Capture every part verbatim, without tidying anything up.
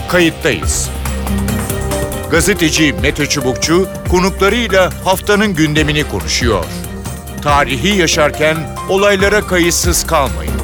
kayıttayız. Gazeteci Mete Çubukçu konuklarıyla haftanın gündemini konuşuyor. Tarihi yaşarken olaylara kayıtsız kalmayın.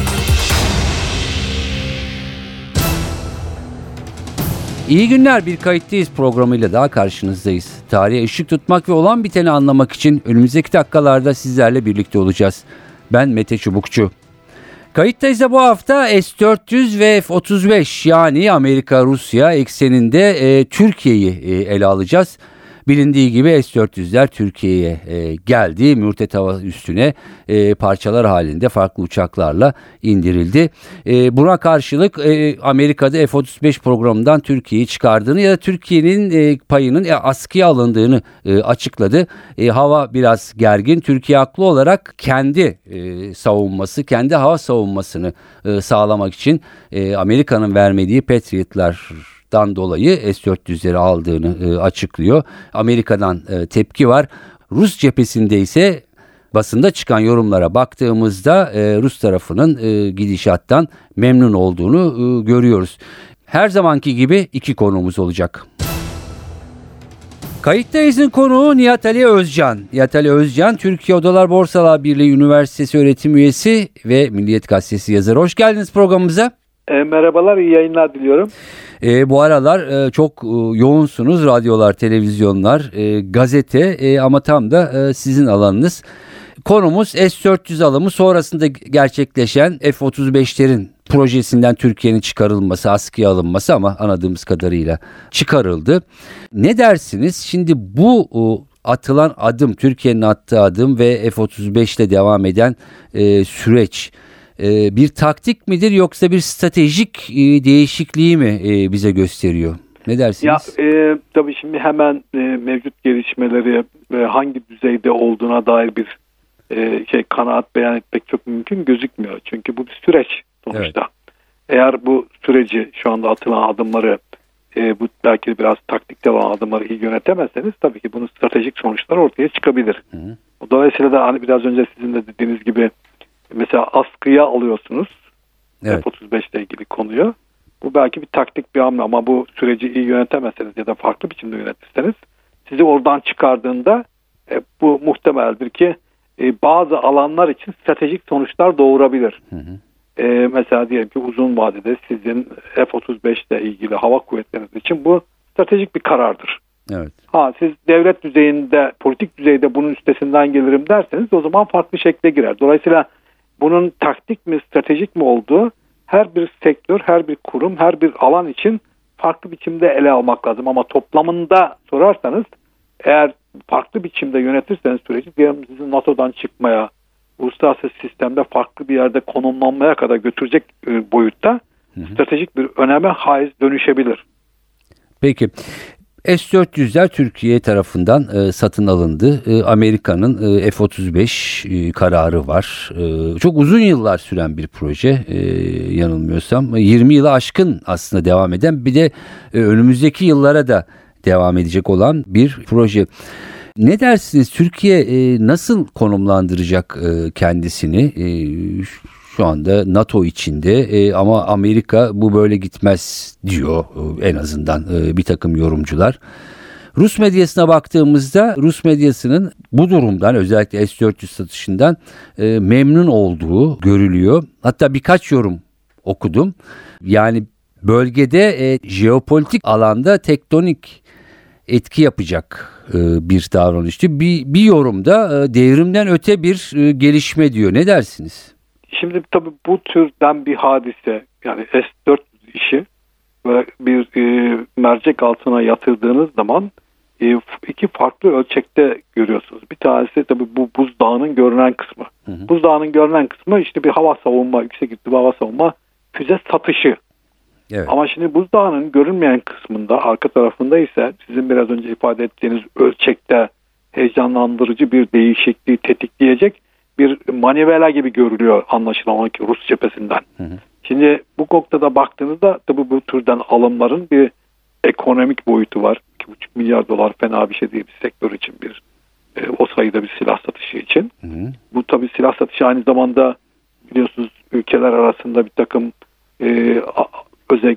İyi günler, bir kayıttayız programıyla daha karşınızdayız. Tarihe ışık tutmak ve olan biteni anlamak için önümüzdeki dakikalarda sizlerle birlikte olacağız. Ben Mete Çubukçu. Kayıttayız da bu hafta S dört yüz ve F otuz beş yani Amerika-Rusya ekseninde e, Türkiye'yi e, ele alacağız. Bilindiği gibi S dört yüzler Türkiye'ye e, geldi. Mürtet hava üstüne e, parçalar halinde farklı uçaklarla indirildi. E, buna karşılık e, Amerika'da F otuz beş programından Türkiye'yi çıkardığını ya da Türkiye'nin e, payının e, askıya alındığını e, açıkladı. E, hava biraz gergin. Türkiye haklı olarak kendi e, savunması, kendi hava savunmasını e, sağlamak için e, Amerika'nın vermediği Patriot'lar dan dolayı S dört yüzleri aldığını e, açıklıyor. Amerika'dan e, tepki var. Rus cephesinde ise basında çıkan yorumlara baktığımızda e, Rus tarafının e, gidişattan memnun olduğunu e, görüyoruz. Her zamanki gibi iki konuğumuz olacak. Kayıttayız'ın konuğu Nihat Ali Özcan. Nihat Ali Özcan, Türkiye Odalar Borsalar Birliği Üniversitesi öğretim üyesi ve Milliyet Gazetesi yazarı. Hoş geldiniz programımıza. E, merhabalar, iyi yayınlar diliyorum. E, bu aralar e, çok e, yoğunsunuz. Radyolar, televizyonlar, e, gazete e, ama tam da e, sizin alanınız. Konumuz S dört yüz alımı, sonrasında gerçekleşen F otuz beşlerin projesinden Türkiye'nin çıkarılması, askıya alınması ama anladığımız kadarıyla çıkarıldı. Ne dersiniz? Şimdi bu o, atılan adım, Türkiye'nin attığı adım ve F otuz beş ile devam eden e, süreç e, bir taktik midir yoksa bir stratejik e, değişikliği mi e, bize gösteriyor? Ne dersiniz? Ya e, tabii şimdi hemen e, mevcut gelişmeleri ve hangi düzeyde olduğuna dair bir e, şey kanaat beyan etmek çok mümkün gözükmüyor. Çünkü bu bir süreç sonuçta. Evet. Eğer bu süreci, şu anda atılan adımları, e, bu belki biraz taktikte olan adımları iyi yönetemezseniz tabii ki bunun stratejik sonuçları ortaya çıkabilir. Hı hı. Dolayısıyla da hani biraz önce sizin de dediğiniz gibi mesela askıya alıyorsunuz. Evet. F otuz beş ile ilgili konuyu. Bu belki bir taktik bir hamle ama bu süreci iyi yönetemezseniz ya da farklı biçimde yönetirseniz sizi oradan çıkardığında e, bu muhtemeldir ki e, bazı alanlar için stratejik sonuçlar doğurabilir. Hı hı. E, mesela diyelim ki uzun vadede sizin F otuz beş ile ilgili hava kuvvetleriniz için bu stratejik bir karardır. Evet. Ha, siz devlet düzeyinde, politik düzeyde bunun üstesinden gelirim derseniz o zaman farklı şekle girer. Dolayısıyla bunun taktik mi, stratejik mi olduğu her bir sektör, her bir kurum, her bir alan için farklı biçimde ele almak lazım. Ama toplamında sorarsanız, eğer farklı biçimde yönetirseniz süreci, diyelim sizin NATO'dan çıkmaya, uluslararası sistemde farklı bir yerde konumlanmaya kadar götürecek boyutta hı hı. stratejik bir öneme haiz dönüşebilir. Peki. S dört yüzler Türkiye tarafından e, satın alındı. E, Amerika'nın e, F otuz beş e, kararı var. E, çok uzun yıllar süren bir proje e, yanılmıyorsam. yirmi yılı aşkın aslında devam eden, bir de e, önümüzdeki yıllara da devam edecek olan bir proje. Ne dersiniz? Türkiye e, nasıl konumlandıracak e, kendisini? E, Şu anda NATO içinde e, ama Amerika bu böyle gitmez diyor e, en azından e, bir takım yorumcular. Rus medyasına baktığımızda Rus medyasının bu durumdan, özellikle S dört yüz satışından e, memnun olduğu görülüyor. Hatta birkaç yorum okudum. Yani bölgede e, jeopolitik alanda tektonik etki yapacak e, bir davranıştı. Bir, bir yorumda e, devrimden öte bir e, gelişme diyor. Ne dersiniz? Şimdi tabii bu türden bir hadise, yani S dört yüz işi ve bir e, mercek altına yatırdığınız zaman e, iki farklı ölçekte görüyorsunuz. Bir tanesi tabii bu buzdağının görünen kısmı. Hı hı. Buzdağının görünen kısmı işte bir hava savunma, yüksek irtifa hava savunma füze satışı. Evet. Ama şimdi buzdağının görünmeyen kısmında, arka tarafında ise sizin biraz önce ifade ettiğiniz ölçekte heyecanlandırıcı bir değişikliği tetikleyecek bir manivela gibi görülüyor anlaşılan ki Rus cephesinden. Hı hı. Şimdi bu noktada baktığınızda tabii bu türden alımların bir ekonomik boyutu var. iki buçuk milyar dolar fena bir şey değil bir sektör için, bir e, o sayıda bir silah satışı için. Hı hı. Bu tabii silah satışı aynı zamanda biliyorsunuz ülkeler arasında bir takım e, özellikle askeri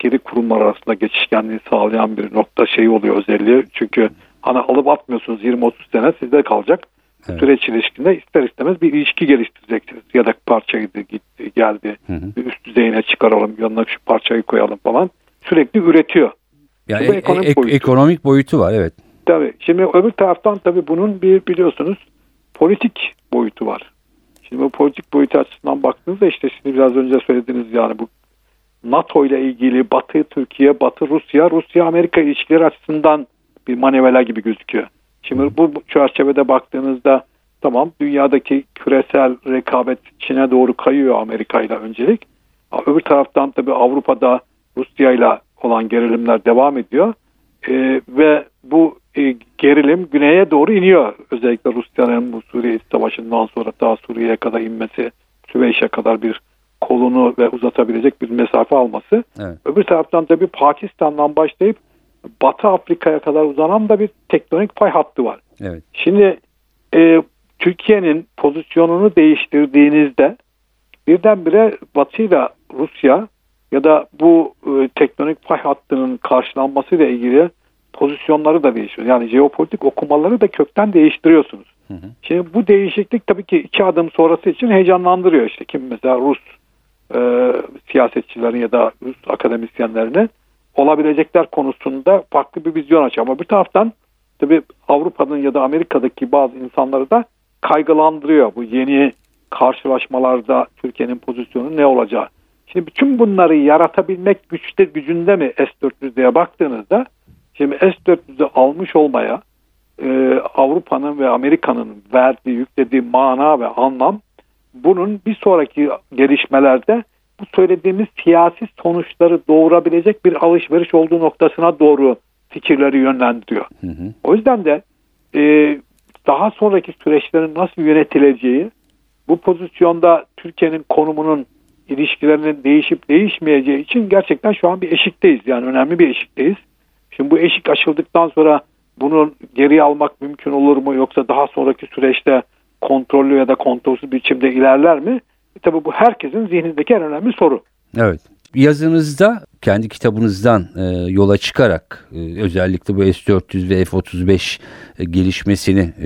askeri kurumlar arasında geçişkenliği sağlayan bir nokta şeyi oluyor, özelliği. Çünkü hani alıp atmıyorsunuz, yirmi otuz sene sizde kalacak. Evet. Süreç ilişkinde ister istemez bir ilişki geliştireceksiniz. Yedek parçaydı, gitti, geldi. Hı hı. Bir üst düzeyine çıkaralım, yanına şu parçayı koyalım falan. Sürekli üretiyor. Yani e- ekonomik, e- boyutu. ekonomik boyutu var, evet. Tabii. Şimdi öbür taraftan tabii bunun bir biliyorsunuz politik boyutu var. Şimdi bu politik boyutu açısından baktığınızda işte şimdi biraz önce söylediğiniz yani bu NATO ile ilgili Batı Türkiye, Batı Rusya, Rusya Amerika ilişkileri açısından bir manevra gibi gözüküyor. Şimdi bu çerçevede baktığınızda tamam, dünyadaki küresel rekabet Çin'e doğru kayıyor Amerika ile öncelik. Öbür taraftan tabii Avrupa'da Rusya ile olan gerilimler devam ediyor. Ee, ve bu e, gerilim güneye doğru iniyor. Özellikle Rusya'nın bu Suriye Savaşı'ndan sonra daha Suriye'ye kadar inmesi, Süveyş'e kadar bir kolunu ve uzatabilecek bir mesafe alması. Evet. Öbür taraftan tabii Pakistan'dan başlayıp Batı Afrika'ya kadar uzanan da bir tektonik pay hattı var. Evet. Şimdi e, Türkiye'nin pozisyonunu değiştirdiğinizde birdenbire Batı ile Rusya ya da bu e, tektonik pay hattının karşılanmasıyla ilgili pozisyonları da değişiyor. Yani jeopolitik okumaları da kökten değiştiriyorsunuz. Hı hı. Şimdi bu değişiklik tabii ki iki adım sonrası için heyecanlandırıyor. İşte kim mesela Rus e, siyasetçilerin ya da Rus akademisyenlerini olabilecekler konusunda farklı bir vizyon açıyor. Ama bir taraftan tabii Avrupa'nın ya da Amerika'daki bazı insanları da kaygılandırıyor. Bu yeni karşılaşmalarda Türkiye'nin pozisyonu ne olacağı. Şimdi bütün bunları yaratabilmek güçte gücünde mi S dört yüz'e baktığınızda, şimdi S dört yüz'ü almış olmaya e, Avrupa'nın ve Amerika'nın verdiği, yüklediği mana ve anlam, bunun bir sonraki gelişmelerde bu söylediğimiz siyasi sonuçları doğurabilecek bir alışveriş olduğu noktasına doğru fikirleri yönlendiriyor. Hı hı. O yüzden de e, daha sonraki süreçlerin nasıl yönetileceği, bu pozisyonda Türkiye'nin konumunun, ilişkilerinin değişip değişmeyeceği için gerçekten şu an bir eşikteyiz. Yani önemli bir eşikteyiz. Şimdi bu eşik aşıldıktan sonra bunu geriye almak mümkün olur mu? Yoksa daha sonraki süreçte kontrollü ya da kontrolsüz biçimde ilerler mi? E tabii bu herkesin zihnindeki en önemli soru. Evet. Yazınızda kendi kitabınızdan e, yola çıkarak e, özellikle bu S dört yüz ve F otuz beş e, gelişmesini e,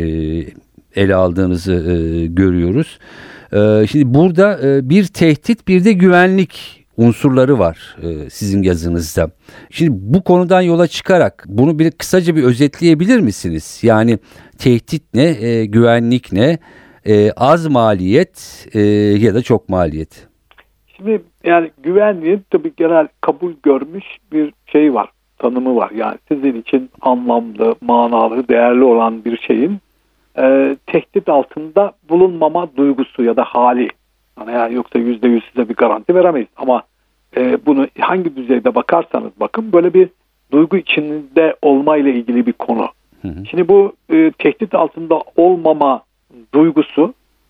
ele aldığınızı e, görüyoruz. E, şimdi burada e, bir tehdit, bir de güvenlik unsurları var e, sizin yazınızda. Şimdi bu konudan yola çıkarak bunu bir kısaca bir özetleyebilir misiniz? Yani tehdit ne, e, güvenlik ne, e, az maliyet e, ya da çok maliyet? Şimdi yani güvenliğin tabii genel kabul görmüş bir şey var, tanımı var. Yani sizin için anlamlı, manalı, değerli olan bir şeyin e, tehdit altında bulunmama duygusu ya da hali. Yani, yani yoksa yüzde yüz size bir garanti veremeyiz. Ama e, bunu hangi düzeyde bakarsanız bakın böyle bir duygu içinde olma ile ilgili bir konu. Hı hı. Şimdi bu e, tehdit altında olmama duygusu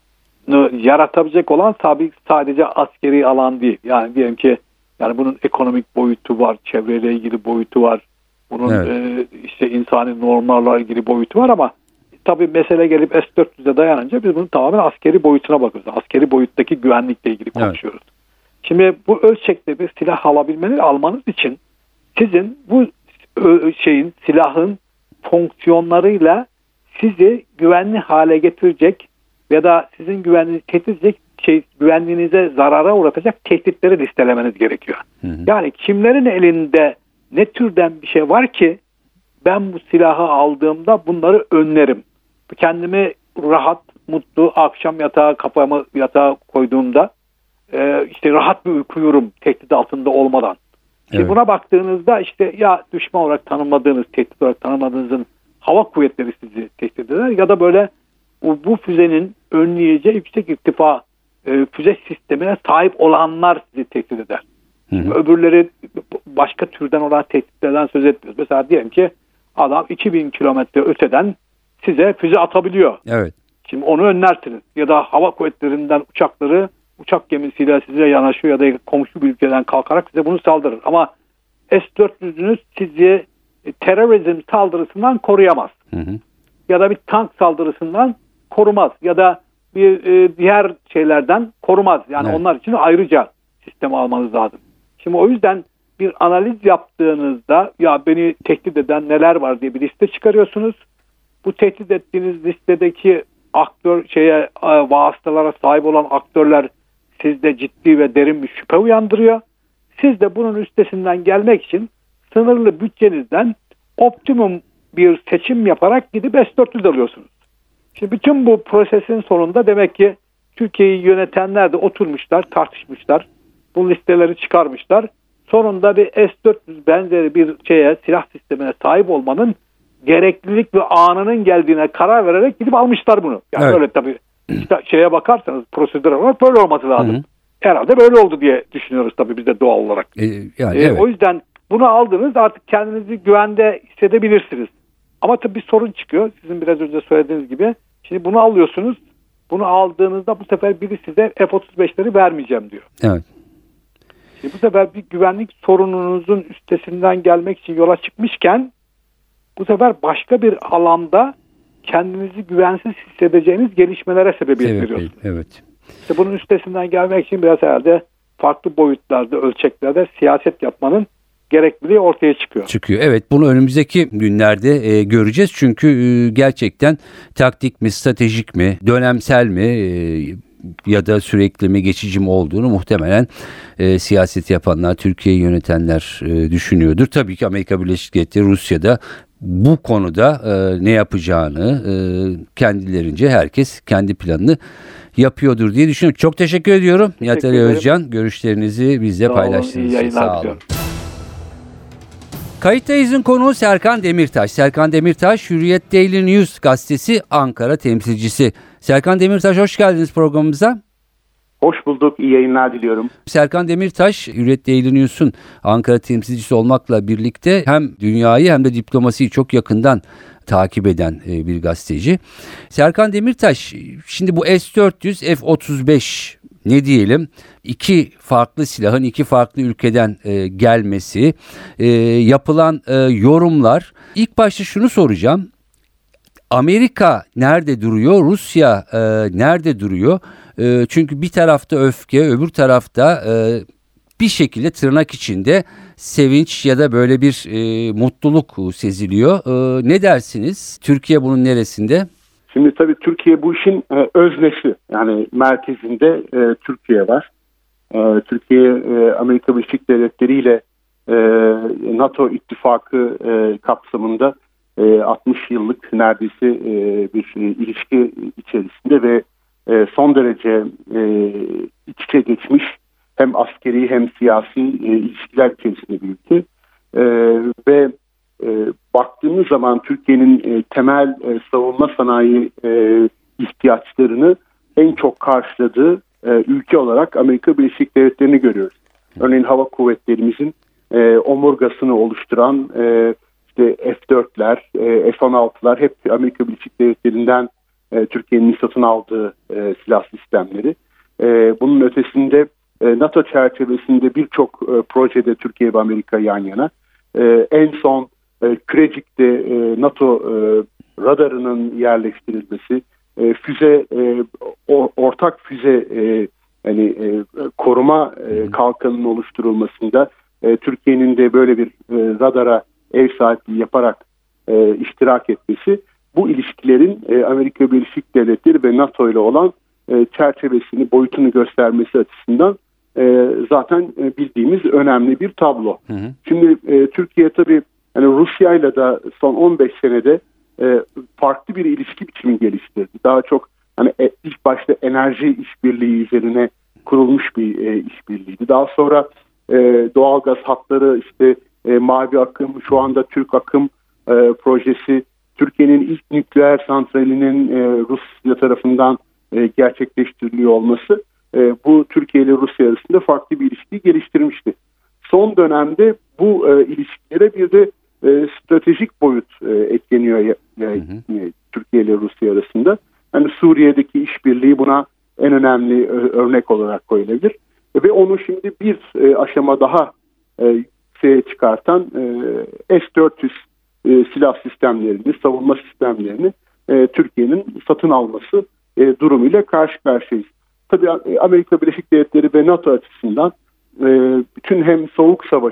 yaratabilecek olan tabii sadece askeri alan değil. Yani diyelim ki yani bunun ekonomik boyutu var, çevreyle ilgili boyutu var. Bunun evet. e, işte insani normlarla ilgili boyutu var ama tabii mesele gelip S dört yüz'e dayanınca biz bunun tamamen askeri boyutuna bakıyoruz. Askeri boyuttaki güvenlikle ilgili konuşuyoruz. Evet. Şimdi bu ölçekte bir silah alabilmeniz, almanız için sizin bu şeyin, silahın fonksiyonlarıyla sizi güvenli hale getirecek ya da sizin güvenliğinizi tehdit edecek, şey, güvenliğinize zarara uğratacak tehditleri listelemeniz gerekiyor. Hı hı. Yani kimlerin elinde ne türden bir şey var ki ben bu silahı aldığımda bunları önlerim. Kendimi rahat, mutlu, akşam yatağa kafamı yatağa koyduğumda e, işte rahat bir uyku uyurum tehdit altında olmadan. Şimdi evet. Buna baktığınızda işte ya düşman olarak tanımladığınız, tehdit olarak tanımladığınızın hava kuvvetleri sizi tehdit eder ya da böyle bu füzenin önleyeceği yüksek irtifa e, füze sistemine sahip olanlar sizi tehdit eder. Hı hı. Öbürleri başka türden olan tehditlerden söz etmiyoruz. Mesela diyelim ki adam iki bin kilometre öteden size füze atabiliyor. Evet. Şimdi onu önlersiniz. Ya da hava kuvvetlerinden uçakları uçak gemisiyle size yanaşıyor ya da komşu bir ülkeden kalkarak size bunu saldırır. Ama S dört yüz'ünüz sizi terörizm saldırısından koruyamaz. Hı hı. Ya da bir tank saldırısından korumaz. Ya da bir e, diğer şeylerden korumaz. Yani evet. Onlar için ayrıca sistemi almanız lazım. Şimdi o yüzden bir analiz yaptığınızda ya beni tehdit eden neler var diye bir liste çıkarıyorsunuz. Bu tehdit ettiğiniz listedeki aktör şeye vasıtalara sahip olan aktörler sizde ciddi ve derin bir şüphe uyandırıyor. Siz de bunun üstesinden gelmek için sınırlı bütçenizden optimum bir seçim yaparak gidip S dört yüz alıyorsunuz. Şimdi bütün bu prosesin sonunda demek ki Türkiye'yi yönetenler de oturmuşlar, tartışmışlar. Bu listeleri çıkarmışlar. Sonunda bir S dört yüz benzeri bir şeye, silah sistemine sahip olmanın gereklilik ve anının geldiğine karar vererek gidip almışlar bunu. Yani evet. öyle tabii işte şeye bakarsanız prosedür olarak böyle olması lazım. Hı hı. Herhalde böyle oldu diye düşünüyoruz tabii biz de doğal olarak. Ee, yani, ee, evet. O yüzden bunu aldınız, artık kendinizi güvende hissedebilirsiniz. Ama tabii bir sorun çıkıyor. Sizin biraz önce söylediğiniz gibi. Şimdi bunu alıyorsunuz. Bunu aldığınızda bu sefer biri size F otuz beşleri vermeyeceğim diyor. Evet. Şimdi bu sefer bir güvenlik sorununuzun üstesinden gelmek için yola çıkmışken bu sefer başka bir alanda kendinizi güvensiz hissedeceğiniz gelişmelere sebebiyet evet, veriyorsunuz. Evet. İşte bunun üstesinden gelmek için biraz herhalde farklı boyutlarda, ölçeklerde siyaset yapmanın gerekliliği ortaya çıkıyor. Çıkıyor. Evet, bunu önümüzdeki günlerde e, göreceğiz. Çünkü e, gerçekten taktik mi, stratejik mi, dönemsel mi e, ya da sürekli mi, geçici mi olduğunu muhtemelen e, siyaset yapanlar, Türkiye'yi yönetenler e, düşünüyordur. Tabii ki Amerika Birleşik Devletleri, Rusya'da bu konuda e, ne yapacağını e, kendilerince herkes kendi planını yapıyordur diye düşünüyorum. Çok teşekkür ediyorum. Nihat Ali Özcan, görüşlerinizi bizle paylaştığınız için sağ olun. Kayıttayız'ın konuğu Serkan Demirtaş. Serkan Demirtaş, Hürriyet Daily News gazetesi Ankara temsilcisi. Serkan Demirtaş, hoş geldiniz programımıza. Hoş bulduk, iyi yayınlar diliyorum. Serkan Demirtaş, Hürriyet Daily News'un Ankara temsilcisi olmakla birlikte hem dünyayı hem de diplomasiyi çok yakından takip eden bir gazeteci. Serkan Demirtaş, şimdi bu S dört yüz, F otuz beş ne diyelim, iki farklı silahın iki farklı ülkeden e, gelmesi, e, yapılan e, yorumlar. İlk başta şunu soracağım. Amerika nerede duruyor? Rusya e, nerede duruyor? E, çünkü bir tarafta öfke, öbür tarafta e, bir şekilde tırnak içinde sevinç ya da böyle bir e, mutluluk seziliyor. E, ne dersiniz? Türkiye bunun neresinde? Şimdi tabii Türkiye bu işin e, öznesi, yani merkezinde e, Türkiye var. E, Türkiye e, Amerika Birleşik Devletleri ile e, NATO ittifakı e, kapsamında e, altmış yıllık neredeyse e, bir e, ilişki içerisinde ve e, son derece e, iç içe geçmiş hem askeri hem siyasi e, ilişkiler içerisinde bir ülke. E, ve E, baktığımız zaman Türkiye'nin e, temel e, savunma sanayi e, ihtiyaçlarını en çok karşıladığı e, ülke olarak Amerika Birleşik Devletleri'ni görüyoruz. Örneğin hava kuvvetlerimizin e, omurgasını oluşturan e, işte F dörtler, e, F on altılar hep Amerika Birleşik Devletleri'nden e, Türkiye'nin satın aldığı e, silah sistemleri. E, bunun ötesinde e, NATO çerçevesinde birçok e, projede Türkiye ve Amerika yan yana. E, en son E, Kürecik'te e, NATO e, radarının yerleştirilmesi, e, füze e, o, ortak füze e, yani e, koruma e, kalkanının oluşturulmasında e, Türkiye'nin de böyle bir e, radara ev sahipliği yaparak e, iştirak etmesi, bu ilişkilerin e, Amerika Birleşik Devletleri ve NATO ile olan e, çerçevesini, boyutunu göstermesi açısından e, zaten e, bildiğimiz önemli bir tablo. Hı hı. Şimdi e, Türkiye tabii yani Rusya'yla da son on beş senede e, farklı bir ilişki biçimi geliştirdi. Daha çok hani e, ilk başta enerji işbirliği üzerine kurulmuş bir e, işbirliğiydi. Daha sonra e, doğalgaz hatları, işte e, Mavi Akım, şu anda Türk Akım e, projesi, Türkiye'nin ilk nükleer santralinin e, Rusya tarafından e, gerçekleştiriliyor olması e, bu Türkiye ile Rusya arasında farklı bir ilişki geliştirmişti. Son dönemde bu e, ilişkilere bir de e, stratejik boyut e, ekleniyor e, hı hı. E, Türkiye ile Rusya arasında. Yani Suriye'deki işbirliği buna en önemli e, örnek olarak koyulabilir. E, ve onu şimdi bir e, aşama daha e, şeye çıkartan e, S dört yüz e, silah sistemlerini, savunma sistemlerini e, Türkiye'nin satın alması e, durumuyla karşı karşıyayız. Tabii Amerika Birleşik Devletleri ve NATO açısından e, bütün hem Soğuk Savaş'ın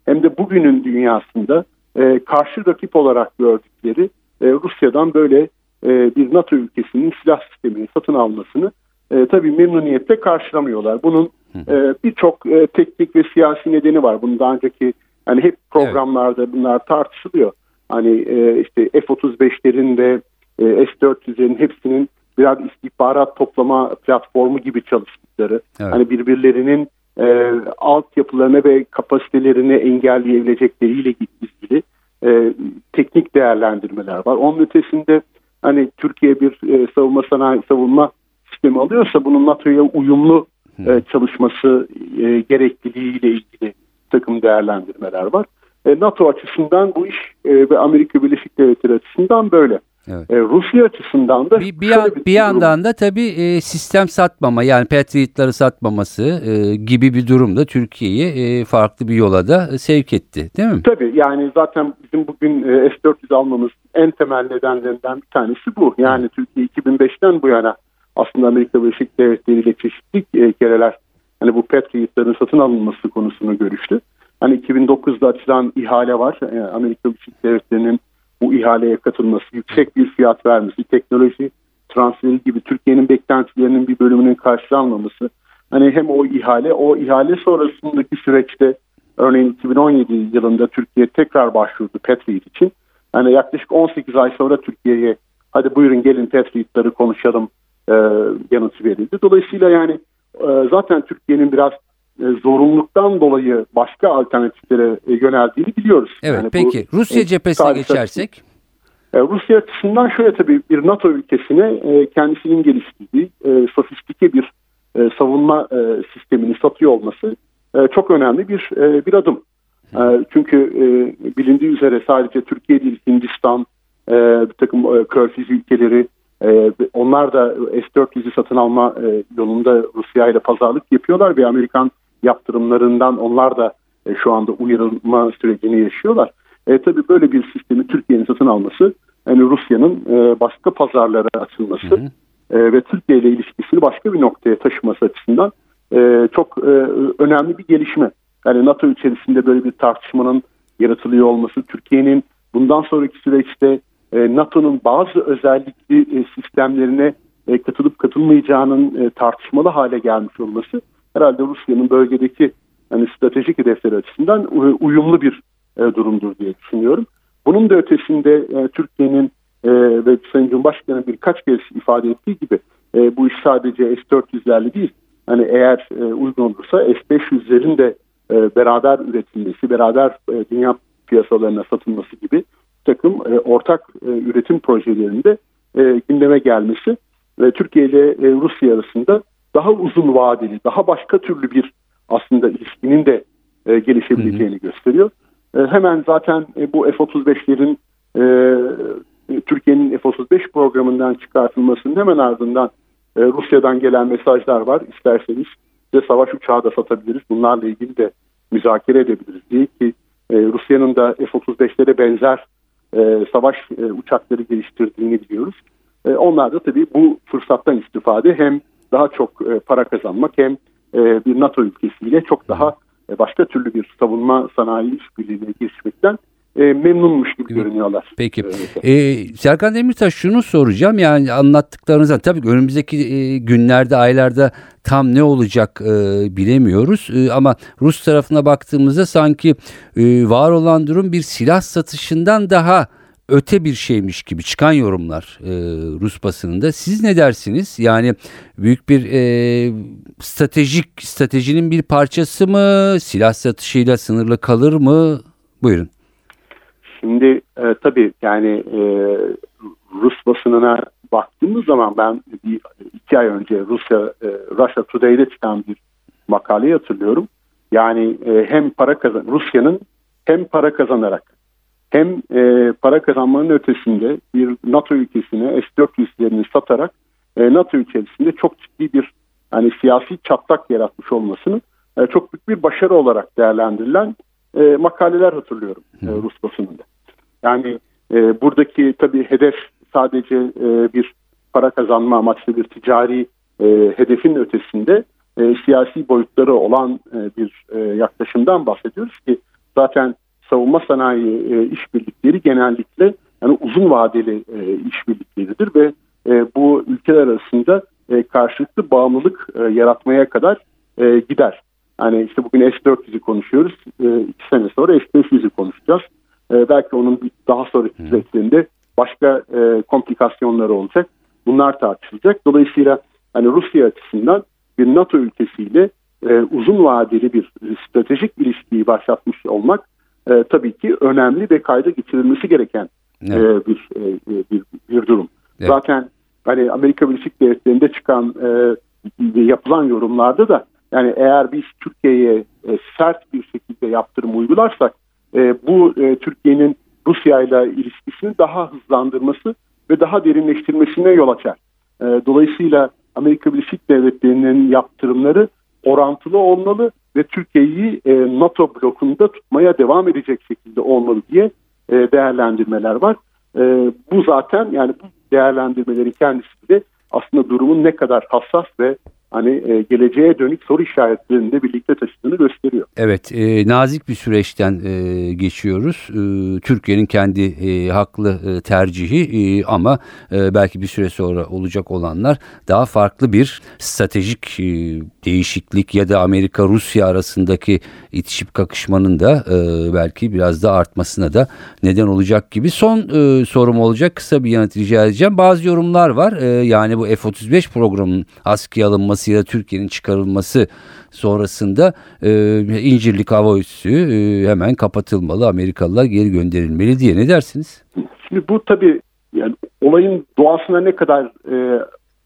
hem de bugünün dünyasında e, karşı rakip olarak gördükleri e, Rusya'dan böyle e, bir NATO ülkesinin silah sistemini satın almasını e, tabii memnuniyetle karşılamıyorlar. Bunun e, birçok e, teknik ve siyasi nedeni var. Bunun daha önceki hani hep programlarda evet. bunlar tartışılıyor. Hani e, işte F otuz beşlerin ve e, S dört yüzlerin hepsinin biraz istihbarat toplama platformu gibi çalıştıkları, evet. hani birbirlerinin e, altyapılarına ve kapasitelerini engelleyebilecekleriyle ilgili e, teknik değerlendirmeler var. Onun ötesinde hani Türkiye bir e, savunma sanayi savunma sistemi alıyorsa bunun NATO'ya uyumlu e, çalışması e, gerekliliğiyle ilgili takım değerlendirmeler var. E, NATO açısından bu iş e, ve Amerika Birleşik Devletleri açısından böyle. Evet. E, Rusya açısından da bir, bir, yan, bir, bir yandan da tabii e, sistem satmama, yani Patriot'ları satmaması e, gibi bir durumda Türkiye'yi e, farklı bir yola da sevk etti, değil mi? Tabii, yani zaten bizim bugün e, S dört yüz almamız en temel nedenlerinden bir tanesi bu. Yani evet. Türkiye iki bin beşten bu yana aslında Amerika Birleşik Devletleri ile çeşitli e, kereler hani bu Patriot'ların satın alınması konusunu görüştü. Hani iki bin dokuzda açılan ihale var. E, Amerika Birleşik Devletleri'nin bu ihaleye katılması, yüksek bir fiyat vermesi, teknoloji transferi gibi Türkiye'nin beklentilerinin bir bölümünün karşılanmaması. Hani hem o ihale, o ihale sonrasındaki süreçte örneğin iki bin on yedi yılında Türkiye tekrar başvurdu Patriot için. Hani yaklaşık on sekiz ay sonra Türkiye'ye hadi buyurun gelin Patriot'ları konuşalım e, yanıtı verildi. Dolayısıyla yani e, zaten Türkiye'nin biraz e, zorunluluktan dolayı başka alternatiflere e, yöneldiğini biliyoruz. Evet, yani peki bu, Rusya e, cephesine geçersek? E, Rusya açısından şöyle tabii bir NATO ülkesine e, kendisinin geliştirdiği e, sofistike bir e, savunma e, sistemini satıyor olması e, çok önemli bir e, bir adım. E, çünkü e, bilindiği üzere sadece Türkiye değil, Hindistan, e, bir takım e, Körfez ülkeleri, e, onlar da S dört yüzü satın alma e, yolunda Rusya ile pazarlık yapıyorlar ve Amerikan yaptırımlarından onlar da e, şu anda uyarılma sürecini yaşıyorlar. E, tabii böyle bir sistemi Türkiye'nin satın alması, yani Rusya'nın e, başka pazarlara açılması hı hı. E, ve Türkiye ile ilişkisini başka bir noktaya taşıması açısından e, çok e, önemli bir gelişme. Yani NATO içerisinde böyle bir tartışmanın yaratılıyor olması, Türkiye'nin bundan sonraki süreçte e, NATO'nun bazı özellikli e, sistemlerine e, katılıp katılmayacağının e, tartışmalı hale gelmiş olması herhalde Rusya'nın bölgedeki yani stratejik hedefleri açısından uyumlu bir e, durumdur diye düşünüyorum. Bunun da ötesinde e, Türkiye'nin e, ve Sayın Cumhurbaşkanı birkaç kez ifade ettiği gibi e, bu iş sadece S dört yüzlerle değil. Hani eğer e, uygun olursa S beş yüzlerin de e, beraber üretilmesi, beraber e, dünya piyasalarına satılması gibi bir takım e, ortak e, üretim projelerinde e, gündeme gelmesi ve Türkiye ile e, Rusya arasında daha uzun vadeli, daha başka türlü bir aslında ilişkinin de e, gelişebileceğini hı hı. gösteriyor. E, hemen zaten e, bu F otuz beşlerin e, Türkiye'nin F otuz beş programından çıkartılmasının hemen ardından e, Rusya'dan gelen mesajlar var. İsterseniz size savaş uçağı da satabiliriz. Bunlarla ilgili de müzakere edebiliriz diye ki e, Rusya'nın da F otuz beşlere benzer e, savaş e, uçakları geliştirdiğini biliyoruz. E, onlar da tabii bu fırsattan istifade hem daha çok e, para kazanmak hem e, bir NATO ülkesiyle çok daha e, başka türlü bir savunma sanayi işbirliğine girişmekten e, memnunmuş gibi görünüyorlar. Peki. Ee, Serkan Demirtaş, şunu soracağım. Yani anlattıklarınızdan tabii önümüzdeki e, günlerde, aylarda tam ne olacak e, bilemiyoruz. E, ama Rus tarafına baktığımızda sanki e, var olan durum bir silah satışından daha öte bir şeymiş gibi çıkan yorumlar e, Rus basınında. Siz ne dersiniz? Yani büyük bir e, stratejik stratejinin bir parçası mı? Silah satışıyla sınırlı kalır mı? Buyurun. Şimdi e, tabii yani e, Rus basınına baktığımız zaman ben bir, iki ay önce Rusya e, Russia Today'de çıkan bir makaleyi hatırlıyorum. Yani e, hem para kazan Rusya'nın hem para kazanarak hem e, para kazanmanın ötesinde bir NATO ülkesine S dört yüzlerini satarak e, NATO içerisinde çok ciddi bir yani siyasi çatlak yaratmış olmasını e, çok büyük bir başarı olarak değerlendirilen e, makaleler hatırlıyorum e, Rus basınında. Yani e, buradaki tabii hedef sadece e, bir para kazanma amaçlı bir ticari e, hedefin ötesinde e, siyasi boyutları olan e, bir e, yaklaşımdan bahsediyoruz ki Zaten savunma sanayi e, işbirlikleri genellikle yani uzun vadeli e, işbirlikleridir ve e, bu ülkeler arasında e, karşılıklı bağımlılık e, yaratmaya kadar e, gider. Yani işte bugün S dört yüzü konuşuyoruz, e, iki sene sonra S beş yüzü konuşacağız. E, belki onun daha sonraki süreçlerinde başka e, komplikasyonları olacak. Bunlar tartışılacak. Dolayısıyla hani Rusya açısından bir NATO ülkesiyle e, uzun vadeli bir stratejik ilişkiyi başlatmış olmak e, tabii ki önemli ve kayda geçirilmesi gereken evet. e, bir, e, bir bir durum. Evet. Zaten hani Amerika Birleşik Devletleri'nde çıkan e, yapılan yorumlarda da yani eğer biz Türkiye'ye e, sert bir şekilde yaptırım uygularsak e, bu e, Türkiye'nin Rusya ile ilişkisini daha hızlandırması ve daha derinleştirmesine yol açar. E, dolayısıyla Amerika Birleşik Devletleri'nin yaptırımları orantılı olmalı ve Türkiye'yi e, NATO blokunda tutmaya devam edecek şekilde olmalı diye e, değerlendirmeler var. E, bu zaten yani bu değerlendirmelerin kendisi de aslında durumun ne kadar hassas ve hani e, geleceğe dönük soru işaretlerini de birlikte taşıdığını gösteriyor. Evet, e, nazik bir süreçten e, geçiyoruz. E, Türkiye'nin kendi e, haklı e, tercihi e, ama e, belki bir süre sonra olacak olanlar daha farklı bir stratejik e, değişiklik ya da Amerika-Rusya arasındaki itişip kakışmanın da e, belki biraz da artmasına da neden olacak gibi. Son e, sorum olacak, kısa bir yanıt rica edeceğim. Bazı yorumlar var, e, yani bu F otuz beş programının askıya alınması ya da Türkiye'nin çıkarılması sonrasında e, İncirlik Hava Üssü e, hemen kapatılmalı, Amerikalılar geri gönderilmeli diye. Ne dersiniz? Şimdi bu tabii yani olayın doğasına ne kadar e,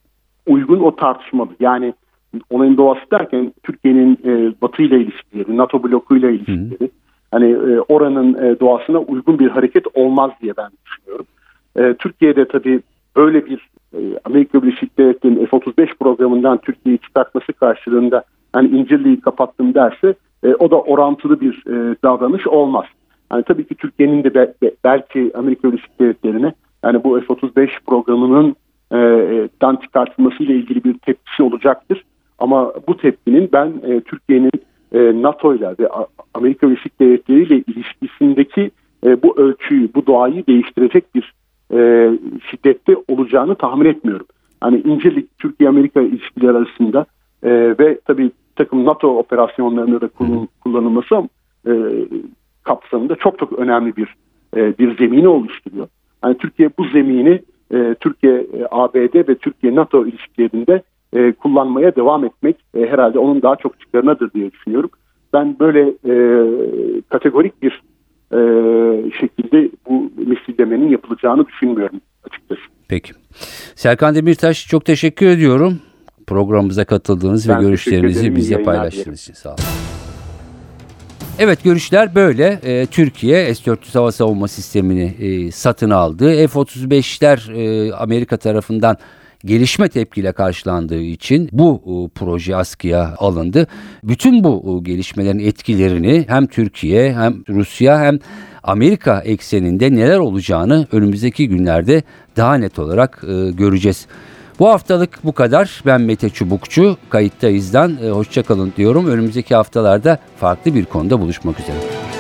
uygun o tartışmalı. Yani olayın doğası derken Türkiye'nin e, Batı ile ilişkileri, NATO blokuyla ilişkileri, Hı. hani e, oranın e, doğasına uygun bir hareket olmaz diye ben düşünüyorum. E, Türkiye'de tabii böyle bir Amerika Birleşik Devletleri'nin F otuz beş programından Türkiye'yi çıkartması karşılığında hani İncirliği kapattım derse e, o da orantılı bir e, davranış olmaz. Yani tabii ki Türkiye'nin de be, be, belki Amerika Birleşik Devletleri'ne yani bu F otuz beş programının e, dan çıkartılması ile ilgili bir tepkisi olacaktır. Ama bu tepkinin ben e, Türkiye'nin e, NATO ile ve Amerika Birleşik Devletleri ile ilişkisindeki e, bu ölçüyü, bu doğayı değiştirecek bir E, şiddette olacağını tahmin etmiyorum. Hani İncirlik Türkiye-Amerika ilişkileri arasında e, ve tabii takım NATO operasyonlarında da kullan, kullanılması e, kapsamında çok çok önemli bir e, bir zemini oluşturuyor. Yani Türkiye bu zemini e, Türkiye, e, A B D ve Türkiye-NATO ilişkilerinde e, kullanmaya devam etmek e, herhalde onun daha çok çıkarınadır diye düşünüyorum. Ben böyle e, kategorik bir e, şekilde bu misillemenin yapılacağını düşünmüyorum açıkçası. Peki. Serkan Demirtaş, çok teşekkür ediyorum. Programımıza katıldığınız ben ve görüşlerinizi bizle paylaştığınız için sağ olun. Evet, görüşler böyle. E, Türkiye S dört yüz hava savunma sistemini e, satın aldı. F otuz beşler e, Amerika tarafından gelişme tepkiyle karşılandığı için bu e, proje askıya alındı. Bütün bu e, gelişmelerin etkilerini hem Türkiye hem Rusya hem Amerika ekseninde neler olacağını önümüzdeki günlerde daha net olarak e, göreceğiz. Bu haftalık bu kadar. Ben Mete Çubukçu. Kayıttayız'dan e, hoşça kalın diyorum. Önümüzdeki haftalarda farklı bir konuda buluşmak üzere.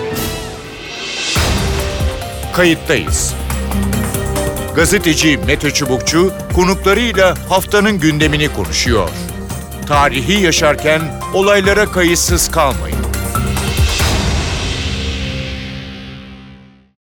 Kayıttayız. Gazeteci Mete Çubukçu konuklarıyla haftanın gündemini konuşuyor. Tarihi yaşarken olaylara kayıtsız kalmayın.